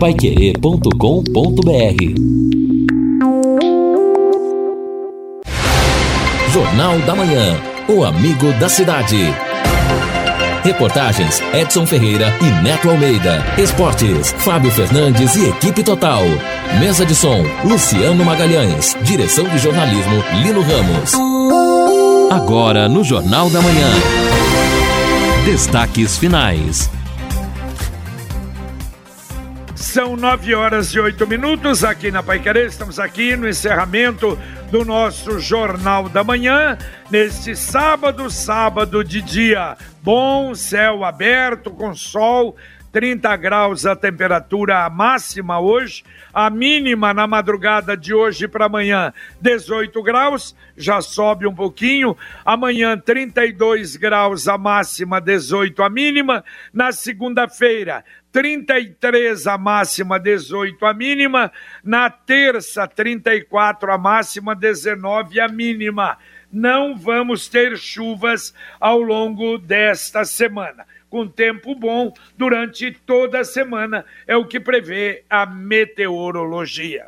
paiquerê.com.br. Jornal da Manhã, o amigo da cidade. Reportagens Edson Ferreira e Neto Almeida. Esportes Fábio Fernandes e equipe total. Mesa de som Luciano Magalhães. Direção de jornalismo Lino Ramos. Agora no Jornal da Manhã. Destaques finais. São 9h08 aqui na Paiquerê. Estamos aqui no encerramento do nosso Jornal da Manhã, neste sábado de dia bom, céu aberto, com sol, 30 graus a temperatura máxima hoje, a mínima na madrugada de hoje para amanhã, 18 graus, já sobe um pouquinho, amanhã 32 graus a máxima, 18 a mínima, na segunda-feira 33 a máxima, 18 a mínima, na terça 34 a máxima, 19 a mínima. Não vamos ter chuvas ao longo desta semana. Com tempo bom durante toda a semana, é o que prevê a meteorologia.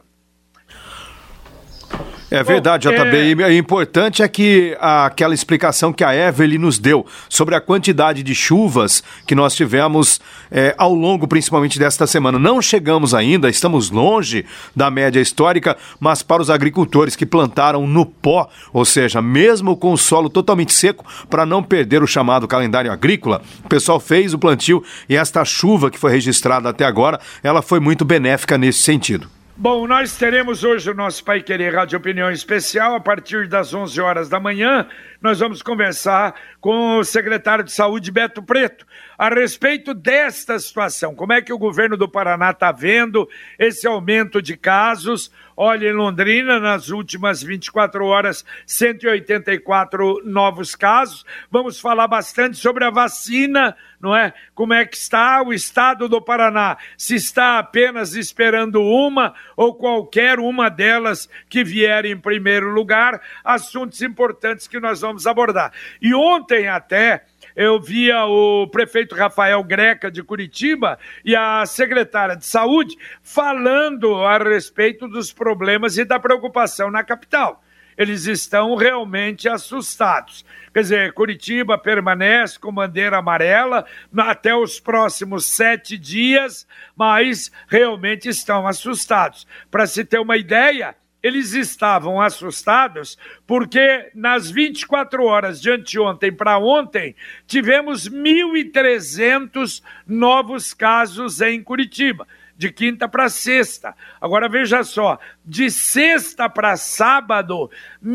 É verdade, JB. E importante é que aquela explicação que a Evelyn nos deu sobre a quantidade de chuvas que nós tivemos ao longo, principalmente desta semana. Não chegamos ainda, estamos longe da média histórica, mas para os agricultores que plantaram no pó, ou seja, mesmo com o solo totalmente seco, para não perder o chamado calendário agrícola, o pessoal fez o plantio e esta chuva que foi registrada até agora, ela foi muito benéfica nesse sentido. Bom, nós teremos hoje o nosso Paiquerê Rádio Opinião Especial, a partir das 11 horas da manhã. Nós vamos conversar com o secretário de Saúde, Beto Preto, a respeito desta situação. Como é que o governo do Paraná está vendo esse aumento de casos? Olha, em Londrina, nas últimas 24 horas, 184 novos casos. Vamos falar bastante sobre a vacina, não é? Como é que está o estado do Paraná? Se está apenas esperando uma ou qualquer uma delas que vier em primeiro lugar. Assuntos importantes que nós vamos abordar. E ontem até eu via o prefeito Rafael Greca de Curitiba e a secretária de Saúde falando a respeito dos problemas e da preocupação na capital. Eles estão realmente assustados. Quer dizer, Curitiba permanece com bandeira amarela até os próximos 7 dias, mas realmente estão assustados. Para se ter uma ideia, eles estavam assustados porque nas 24 horas de anteontem para ontem, tivemos 1.300 novos casos em Curitiba, de quinta para sexta. Agora veja só, de sexta para sábado,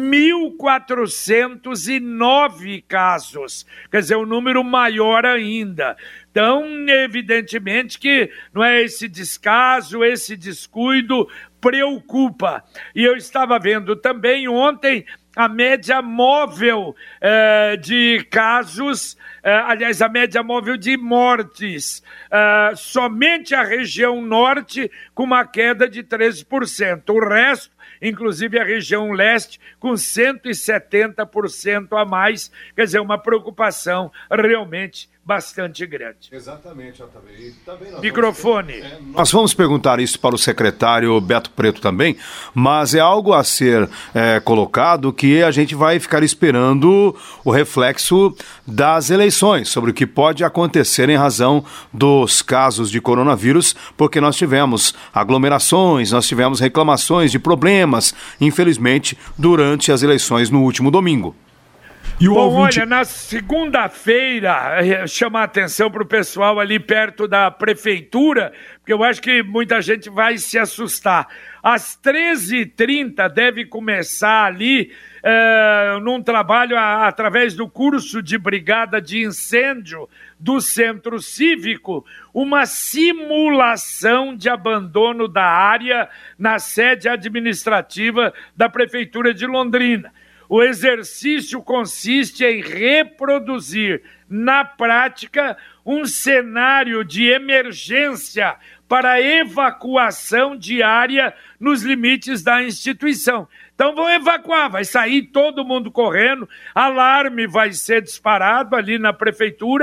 1.409 casos. Quer dizer, um número maior ainda. Então, evidentemente que não é esse descaso, esse descuido preocupa. E eu estava vendo também ontem a média móvel de casos, aliás, a média móvel de mortes, somente a região norte com uma queda de 13%. O resto, inclusive a região leste, com 170% a mais. Quer dizer, uma preocupação realmente bastante grande. Exatamente, JB. Microfone. Nós vamos perguntar isso para o secretário Beto Preto também, mas é algo a ser colocado que a gente vai ficar esperando o reflexo das eleições, sobre o que pode acontecer em razão dos casos de coronavírus, porque nós tivemos aglomerações, nós tivemos reclamações de problemas, infelizmente, durante as eleições no último domingo. Bom, olha, na segunda-feira, chamar a atenção para o pessoal ali perto da prefeitura, porque eu acho que muita gente vai se assustar. Às 13h30 deve começar ali, num trabalho através do curso de brigada de incêndio do Centro Cívico, uma simulação de abandono da área na sede administrativa da Prefeitura de Londrina. O exercício consiste em reproduzir, na prática, um cenário de emergência para evacuação diária nos limites da instituição. Então vão evacuar, vai sair todo mundo correndo, alarme vai ser disparado ali na prefeitura,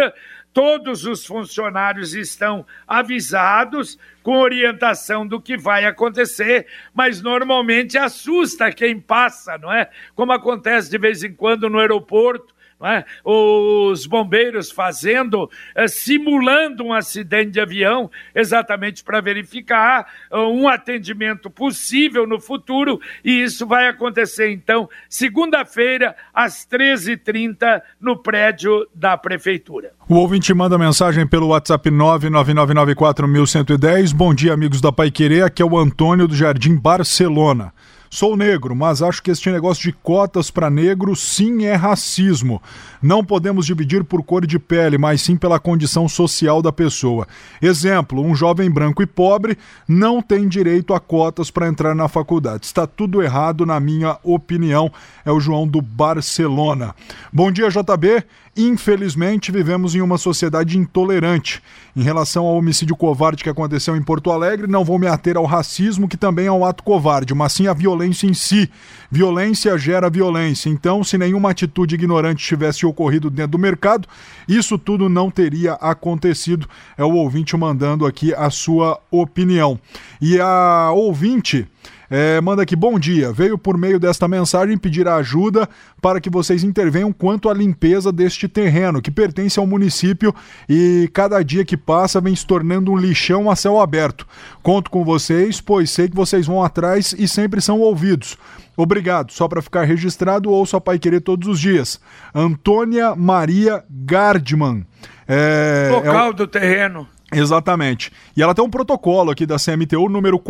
Todos os funcionários estão avisados, com orientação do que vai acontecer, mas normalmente assusta quem passa, não é? Como acontece de vez em quando no aeroporto, não é? Os bombeiros simulando um acidente de avião, exatamente para verificar um atendimento possível no futuro, e isso vai acontecer, então, segunda-feira, às 13h30, no prédio da Prefeitura. O ouvinte manda mensagem pelo WhatsApp 999941110. Bom dia, amigos da Paiquerê, aqui é o Antônio do Jardim Barcelona. Sou negro, mas acho que este negócio de cotas para negro sim é racismo. Não podemos dividir por cor de pele, mas sim pela condição social da pessoa. Exemplo, um jovem branco e pobre não tem direito a cotas para entrar na faculdade. Está tudo errado, na minha opinião. É o João do Barcelona. Bom dia, JB. Infelizmente, vivemos em uma sociedade intolerante. Em relação ao homicídio covarde que aconteceu em Porto Alegre, não vou me ater ao racismo, que também é um ato covarde, mas sim a violência em si. Violência gera violência. Então, se nenhuma atitude ignorante tivesse ocorrido dentro do mercado, isso tudo não teria acontecido. É o ouvinte mandando aqui a sua opinião. E a ouvinte... manda aqui, bom dia, veio por meio desta mensagem pedir ajuda para que vocês intervenham quanto à limpeza deste terreno, que pertence ao município e cada dia que passa vem se tornando um lixão a céu aberto. Conto com vocês, pois sei que vocês vão atrás e sempre são ouvidos. Obrigado, só para ficar registrado, ouço a Paiquerê todos os dias. Antônia Maria Gardman. Local do terreno. Exatamente. E ela tem um protocolo aqui da CMTU, número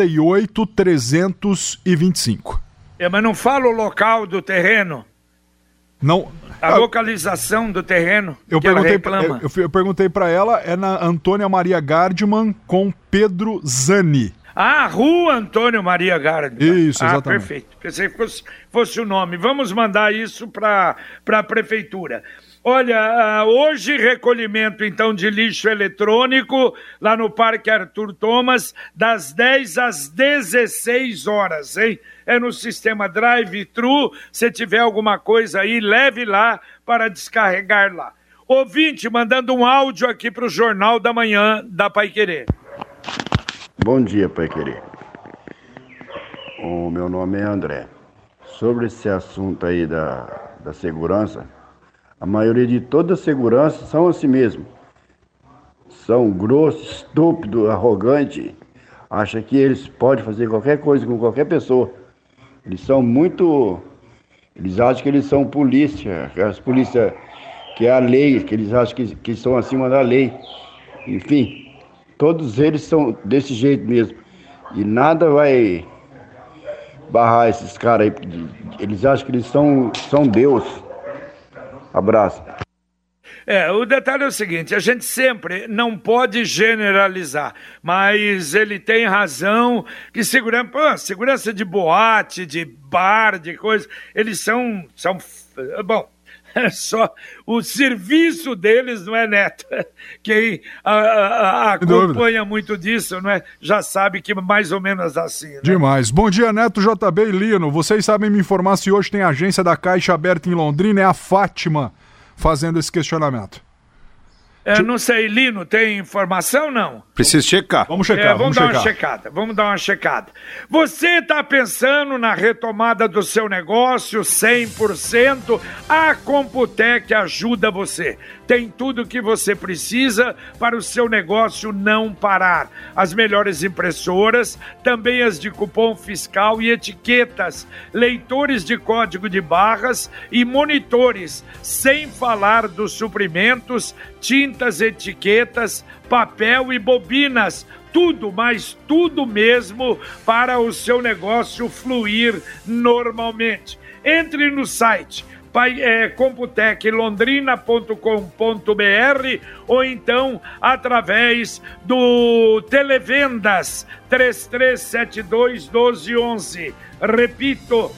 48325. Mas não fala o local do terreno? Não. A localização do terreno eu que perguntei, ela reclama. Eu perguntei para ela, é na Antônia Maria Gardman com Pedro Zani. Rua Antônio Maria Gardman. Isso, exatamente. Perfeito. Pensei que fosse o nome. Vamos mandar isso para a prefeitura. Olha, hoje recolhimento então de lixo eletrônico lá no Parque Arthur Thomas, das 10 às 16 horas, hein? É no sistema drive-thru, se tiver alguma coisa aí, leve lá para descarregar lá. Ouvinte mandando um áudio aqui para o Jornal da Manhã da Paiquerê. Bom dia, Paiquerê. O meu nome é André. Sobre esse assunto aí da segurança, a maioria de toda a segurança são assim mesmo. São grossos, estúpidos, arrogantes. Acham que eles podem fazer qualquer coisa com qualquer pessoa. Eles são muito... Eles acham que eles são polícia. As polícias que é a lei, que eles acham que estão acima da lei. Enfim, todos eles são desse jeito mesmo. E nada vai barrar esses caras aí. Eles acham que eles são Deus. Abraço. O detalhe é o seguinte, a gente sempre não pode generalizar, mas ele tem razão que segurança de boate, de bar, de coisa, eles são bom, só o serviço deles, não é, Neto? Quem acompanha muito disso, não é? Já sabe que mais ou menos assim, né? Demais. Bom dia, Neto, JB e Lino. Vocês sabem me informar se hoje tem agência da Caixa aberta em Londrina? É a Fátima fazendo esse questionamento. Não sei, Lino, tem informação, não? Preciso checar. Vamos checar, vamos dar uma checada. Você está pensando na retomada do seu negócio 100%? A Computec ajuda você. Tem tudo o que você precisa para o seu negócio não parar. As melhores impressoras, também as de cupom fiscal e etiquetas, leitores de código de barras e monitores, sem falar dos suprimentos, tintas, etiquetas, papel e bobinas, tudo, mas tudo mesmo para o seu negócio fluir normalmente. Entre no site computeclondrina.com.br ou então através do Televendas 3372-1211. Repito,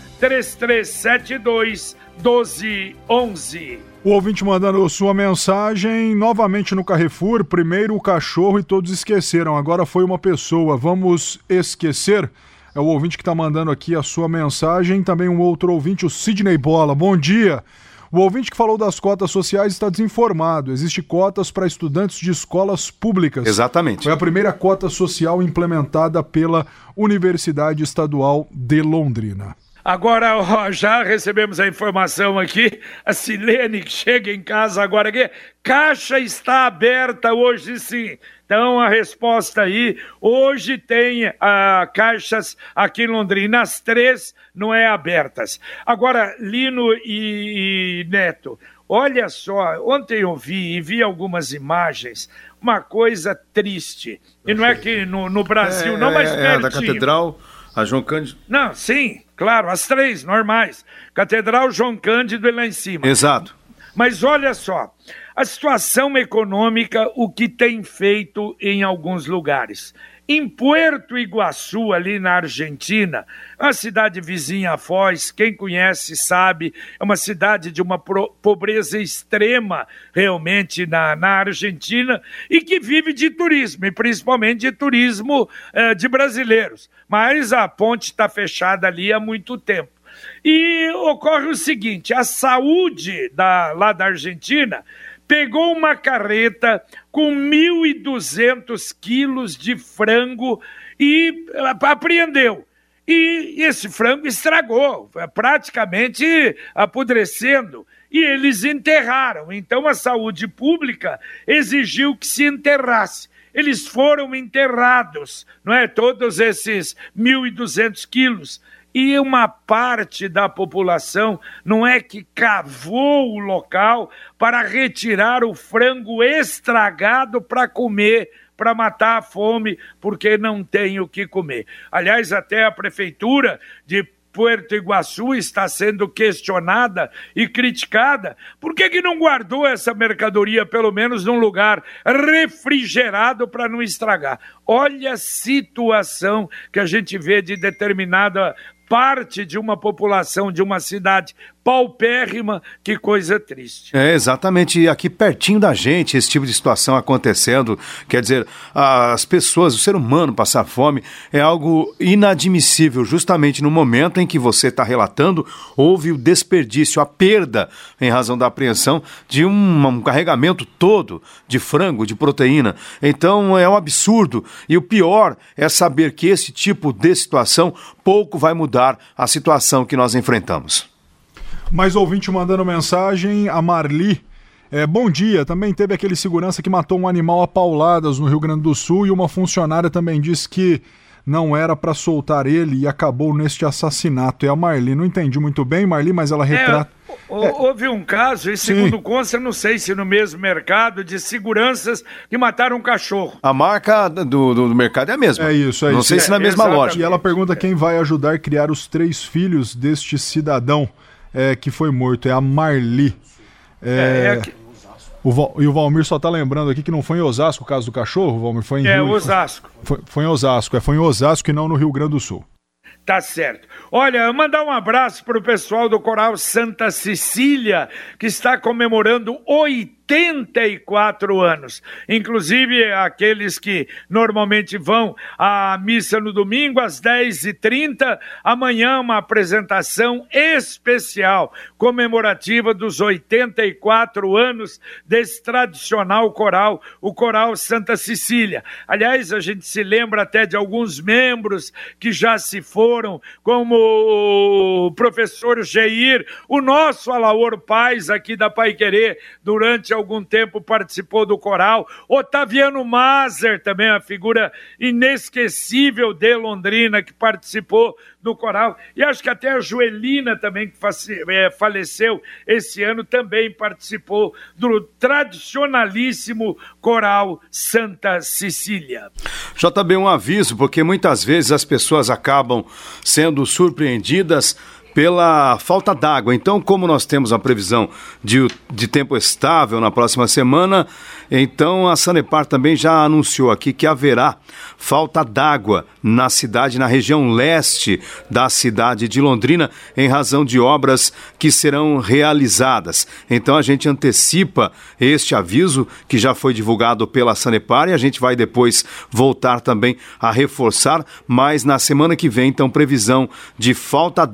3372-1211. O ouvinte mandando sua mensagem novamente no Carrefour. Primeiro o cachorro e todos esqueceram. Agora foi uma pessoa. Vamos esquecer? É o ouvinte que está mandando aqui a sua mensagem. Também um outro ouvinte, o Sidney Bola. Bom dia. O ouvinte que falou das cotas sociais está desinformado. Existem cotas para estudantes de escolas públicas. Exatamente. Foi a primeira cota social implementada pela Universidade Estadual de Londrina. Agora, ó, já recebemos a informação aqui, a Silene que chega em casa agora aqui, Caixa está aberta hoje sim. Então a resposta aí, hoje tem caixas aqui em Londrina, as 3 não é abertas. Agora, Lino e Neto, olha só, ontem eu vi algumas imagens, uma coisa triste, e não é que no Brasil, não, mas pertinho. Da Catedral, a João Cândido. Não, sim, claro, as 3 normais. Catedral, João Cândido e lá em cima. Exato. Mas olha só, a situação econômica, o que tem feito em alguns lugares. Em Puerto Iguaçu, ali na Argentina, a cidade vizinha a Foz, quem conhece sabe, é uma cidade de uma pobreza extrema, realmente, na Argentina, e que vive de turismo, e principalmente de turismo de brasileiros. Mas a ponte está fechada ali há muito tempo. E ocorre o seguinte, a saúde lá da Argentina pegou uma carreta com 1.200 quilos de frango e apreendeu. E esse frango estragou, praticamente apodrecendo. E eles enterraram. Então a saúde pública exigiu que se enterrasse. Eles foram enterrados, não é? Todos esses 1.200 quilos. E uma parte da população não é que cavou o local para retirar o frango estragado para comer, para matar a fome, porque não tem o que comer. Aliás, até a prefeitura de Puerto Iguaçu está sendo questionada e criticada. Por que não guardou essa mercadoria, pelo menos, num lugar refrigerado para não estragar? Olha a situação que a gente vê de determinada parte de uma população, de uma cidade paupérrima, que coisa triste. É, exatamente, e aqui pertinho da gente, esse tipo de situação acontecendo, quer dizer, as pessoas, o ser humano passar fome é algo inadmissível, justamente no momento em que você está relatando, houve o desperdício, a perda, em razão da apreensão, de um carregamento todo de frango, de proteína. Então é um absurdo, e o pior é saber que esse tipo de situação pouco vai mudar a situação que nós enfrentamos. Mais ouvinte mandando mensagem, a Marli. Bom dia, também teve aquele segurança que matou um animal a pauladas no Rio Grande do Sul e uma funcionária também disse que não era para soltar ele e acabou neste assassinato. É a Marli, não entendi muito bem, Marli, mas ela retrata... Houve um caso, e segundo consta, não sei se no mesmo mercado, de seguranças que mataram um cachorro. A marca do mercado é a mesma. É isso. Não sei se na mesma loja. E ela pergunta quem vai ajudar a criar os 3 filhos deste cidadão que foi morto. É a Marli. E o Valmir só tá lembrando aqui que não foi em Osasco o caso do cachorro, Valmir? Foi em Osasco. Foi em Osasco. Foi em Osasco e não no Rio Grande do Sul. Tá certo. Olha, mandar um abraço para o pessoal do Coral Santa Cecília, que está comemorando 84 anos. Inclusive, aqueles que normalmente vão à missa no domingo, às 10h30, amanhã uma apresentação especial, comemorativa dos 84 anos desse tradicional coral, o Coral Santa Cecília. Aliás, a gente se lembra até de alguns membros que já se foram, como o professor Geir, o nosso Alaor Paz aqui da Paiquerê, durante algum tempo participou do coral. Otaviano Mazer, também uma figura inesquecível de Londrina, que participou do coral. E acho que até a Joelina também, que faleceu esse ano, também participou do tradicionalíssimo Coral Santa Cecília. JB, um aviso, porque muitas vezes as pessoas acabam sendo surpreendidas pela falta d'água. Então, como nós temos a previsão de tempo estável na próxima semana, então a Sanepar também já anunciou aqui que haverá falta d'água na cidade, na região leste da cidade de Londrina, em razão de obras que serão realizadas. Então a gente antecipa este aviso que já foi divulgado pela Sanepar e a gente vai depois voltar também a reforçar, mas na semana que vem, então, previsão de falta d'água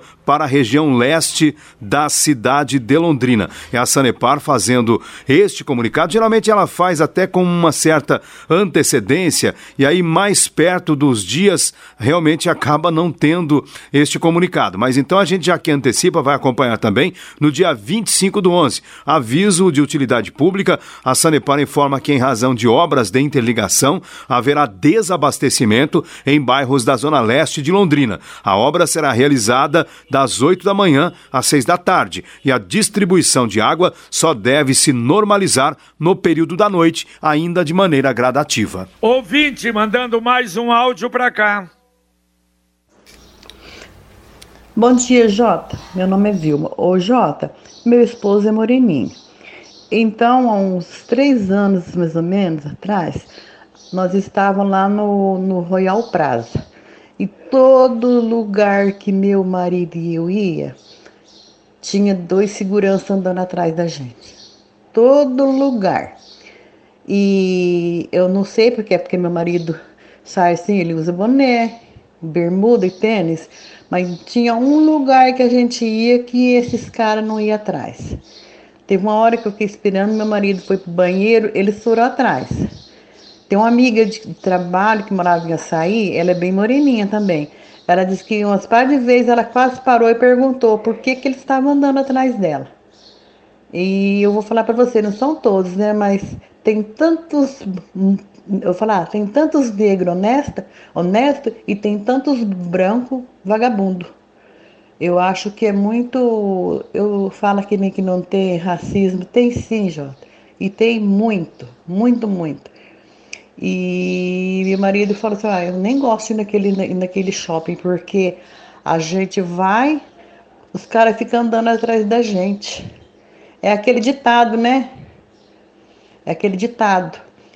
para a região leste da cidade de Londrina. É a Sanepar fazendo este comunicado. Geralmente ela faz até com uma certa antecedência e aí mais perto dos dias realmente acaba não tendo este comunicado. Mas então a gente já que antecipa vai acompanhar também no dia 25/11. Aviso de utilidade pública, a Sanepar informa que em razão de obras de interligação haverá desabastecimento em bairros da zona leste de Londrina. A obra será realizada das 8 da manhã às 6 da tarde e a distribuição de água só deve se normalizar no período da noite, ainda de maneira gradativa. Ouvinte mandando mais um áudio para cá. Bom dia, Jota. Meu nome é Vilma. Ô, Jota, meu esposo é moreninho. Então, há uns 3 anos, mais ou menos, atrás, nós estávamos lá no Royal Plaza. E todo lugar que meu marido e eu ia, tinha 2 seguranças andando atrás da gente. Todo lugar. E eu não sei porque é porque meu marido sai assim, ele usa boné, bermuda e tênis, mas tinha um lugar que a gente ia que esses caras não iam atrás. Teve uma hora que eu fiquei esperando, meu marido foi pro banheiro, ele foram atrás. Tem uma amiga de trabalho que morava em Açaí, ela é bem moreninha também. Ela disse que umas par de vezes ela quase parou e perguntou por que eles estavam andando atrás dela. E eu vou falar para você, não são todos, né? Mas tem tantos, tem tantos negros honestos e tem tantos brancos vagabundo. Eu acho que é muito, eu falo que nem que não tem racismo, tem sim, Jota. E tem muito, muito, muito. E meu marido fala assim, eu nem gosto de ir naquele shopping, porque a gente vai, os caras ficam andando atrás da gente. É aquele ditado, né? É aquele ditado.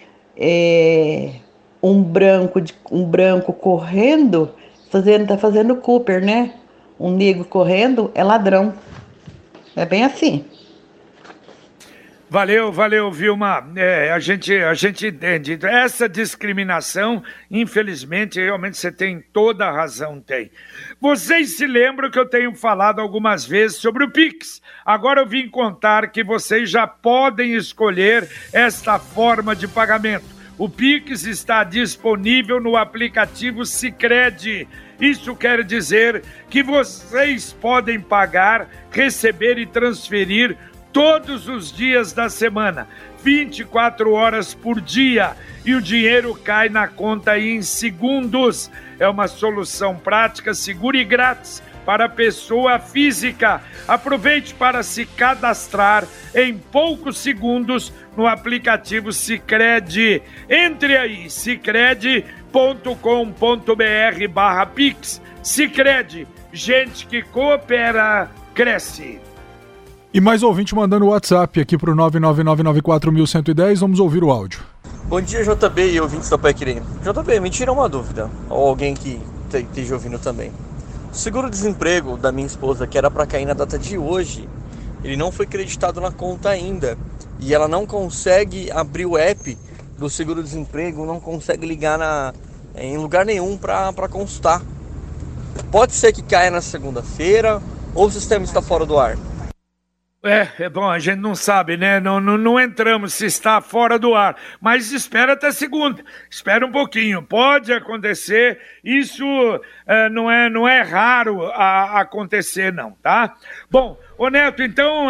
Um branco correndo, tá fazendo Cooper, né? Um negro correndo é ladrão. É bem assim. Valeu, Vilma. A gente entende. Essa discriminação, infelizmente, realmente você tem toda a razão, tem. Vocês se lembram que eu tenho falado algumas vezes sobre o Pix. Agora eu vim contar que vocês já podem escolher esta forma de pagamento. O Pix está disponível no aplicativo Sicredi. Isso quer dizer que vocês podem pagar, receber e transferir todos os dias da semana, 24 horas por dia, e o dinheiro cai na conta em segundos. É uma solução prática, segura e grátis para a pessoa física. Aproveite para se cadastrar em poucos segundos no aplicativo Sicredi. Entre aí, sicredi.com.br/Pix. Sicredi, gente que coopera, cresce. E mais ouvinte mandando o WhatsApp aqui pro 999941110, vamos ouvir o áudio. Bom dia, JB e ouvintes da Paiquerê. JB, me tira uma dúvida, ou alguém que esteja ouvindo também. O seguro-desemprego da minha esposa, que era para cair na data de hoje, ele não foi creditado na conta ainda. E ela não consegue abrir o app do seguro-desemprego, não consegue ligar em lugar nenhum para consultar. Pode ser que caia na segunda-feira ou o sistema está fora do ar? É bom, a gente não sabe, né? Não entramos se está fora do ar, mas espera até segunda, espera um pouquinho, pode acontecer, isso não é raro acontecer não, tá? Bom, ô Neto, então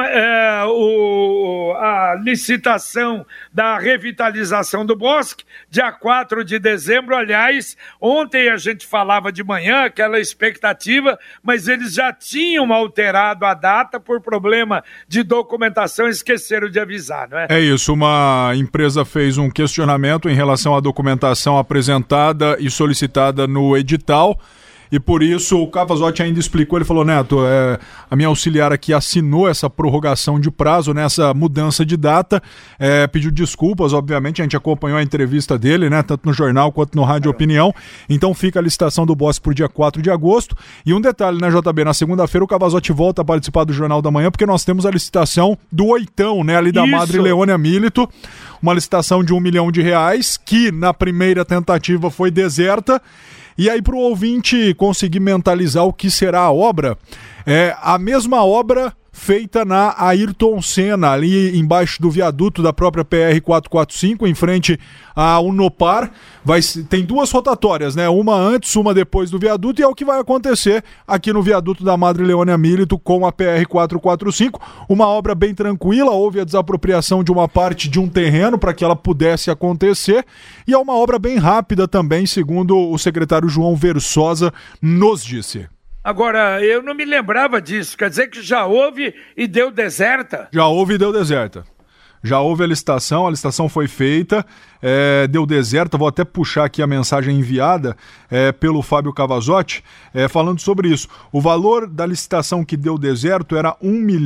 a licitação da revitalização do bosque, dia 4 de dezembro, aliás, ontem a gente falava de manhã, aquela expectativa, mas eles já tinham alterado a data por problema de documentação, esqueceram de avisar, não é? É isso, uma empresa fez um questionamento em relação à documentação apresentada e solicitada no edital. E por isso o Cavazotti ainda explicou, ele falou, Neto, a minha auxiliar aqui assinou essa prorrogação de prazo, nessa mudança de data, pediu desculpas, obviamente, a gente acompanhou a entrevista dele, né, tanto no jornal quanto no Rádio Opinião, então fica a licitação do Bosque por dia 4 de agosto, e um detalhe, né, JB, na segunda-feira o Cavazotti volta a participar do Jornal da Manhã, porque nós temos a licitação do Oitão, né, ali da Madre Leônia Milito, uma licitação de R$1 milhão, que na primeira tentativa foi deserta. E aí, para o ouvinte conseguir mentalizar o que será a obra, é a mesma obra feita na Ayrton Senna, ali embaixo do viaduto da própria PR-445, em frente à Unopar. Tem duas rotatórias, né? Uma antes, uma depois do viaduto, e é o que vai acontecer aqui no viaduto da Madre Leônia Milito com a PR-445. Uma obra bem tranquila, houve a desapropriação de uma parte de um terreno para que ela pudesse acontecer, e é uma obra bem rápida também, segundo o secretário João Versosa nos disse. Agora, eu não me lembrava disso, quer dizer que já houve e deu deserta? Já houve e deu deserta. Já houve a licitação foi feita, deu deserta. Vou até puxar aqui a mensagem enviada pelo Fábio Cavazotti, falando sobre isso. O valor da licitação que deu deserto era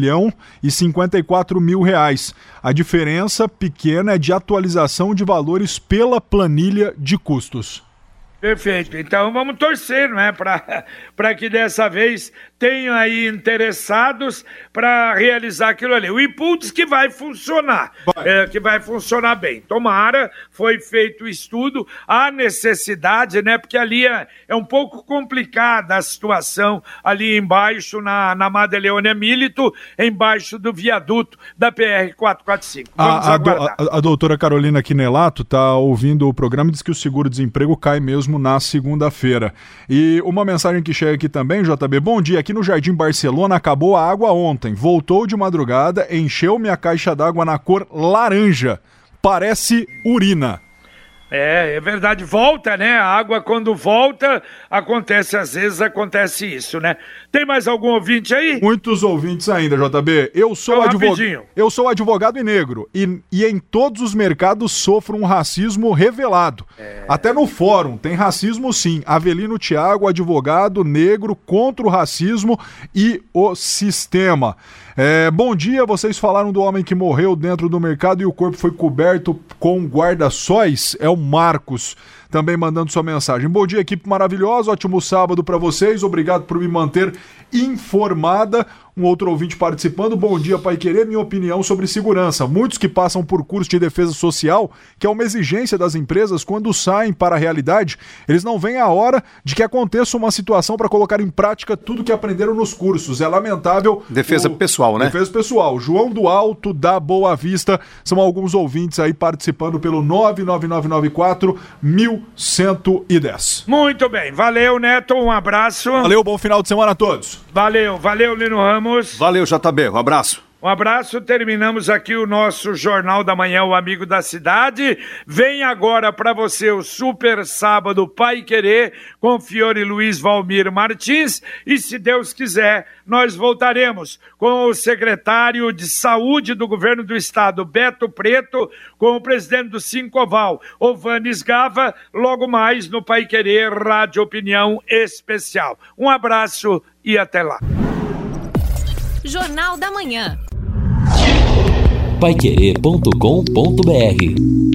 R$1.054.000. A diferença pequena é de atualização de valores pela planilha de custos. Perfeito, então vamos torcer, não é, para que dessa vez tenham aí interessados para realizar aquilo ali. O IPU diz que vai funcionar, que vai funcionar bem. Tomara, foi feito o estudo, há necessidade, né, porque ali é um pouco complicada a situação ali embaixo na Madre Leônia Milito, embaixo do viaduto da PR-445. Vamos aguardar. A doutora Carolina Quinelato está ouvindo o programa e diz que o seguro-desemprego cai mesmo na segunda-feira. E uma mensagem que chega aqui também, JB, bom dia, aqui no Jardim Barcelona acabou a água ontem, voltou de madrugada, encheu minha caixa d'água na cor laranja, parece urina. É verdade, volta, né? A água quando volta, às vezes acontece isso, né? Tem mais algum ouvinte aí? Muitos ouvintes ainda, JB. Eu sou advogado e negro e em todos os mercados sofro um racismo revelado. Até no fórum tem racismo sim. Avelino Thiago, advogado negro contra o racismo e o sistema. Bom dia, vocês falaram do homem que morreu dentro do mercado e o corpo foi coberto com guarda-sóis. É o Marcos também mandando sua mensagem. Bom dia, equipe maravilhosa, ótimo sábado para vocês, obrigado por me manter informada. Um outro ouvinte participando, bom dia, Paiquerê, minha opinião sobre segurança. Muitos que passam por curso de defesa social, que é uma exigência das empresas, quando saem para a realidade, eles não veem a hora de que aconteça uma situação para colocar em prática tudo que aprenderam nos cursos. É lamentável. Defesa pessoal, né? Defesa pessoal. João do Alto, da Boa Vista, são alguns ouvintes aí participando pelo 99994-1110. Muito bem, valeu, Neto, um abraço. Valeu, bom final de semana a todos. Valeu, Lino Ramos. Valeu, JB, um abraço. Um abraço, terminamos aqui o nosso Jornal da Manhã, o Amigo da Cidade. Vem agora para você o Super Sábado Paiquerê com Fiore Luiz Valmir Martins e, se Deus quiser, nós voltaremos com o secretário de Saúde do Governo do Estado, Beto Preto, com o presidente do Sincoval, Ovanes Gava, logo mais no Paiquerê Rádio Opinião Especial. Um abraço e até lá. Jornal da Manhã. Paiquerê.com.br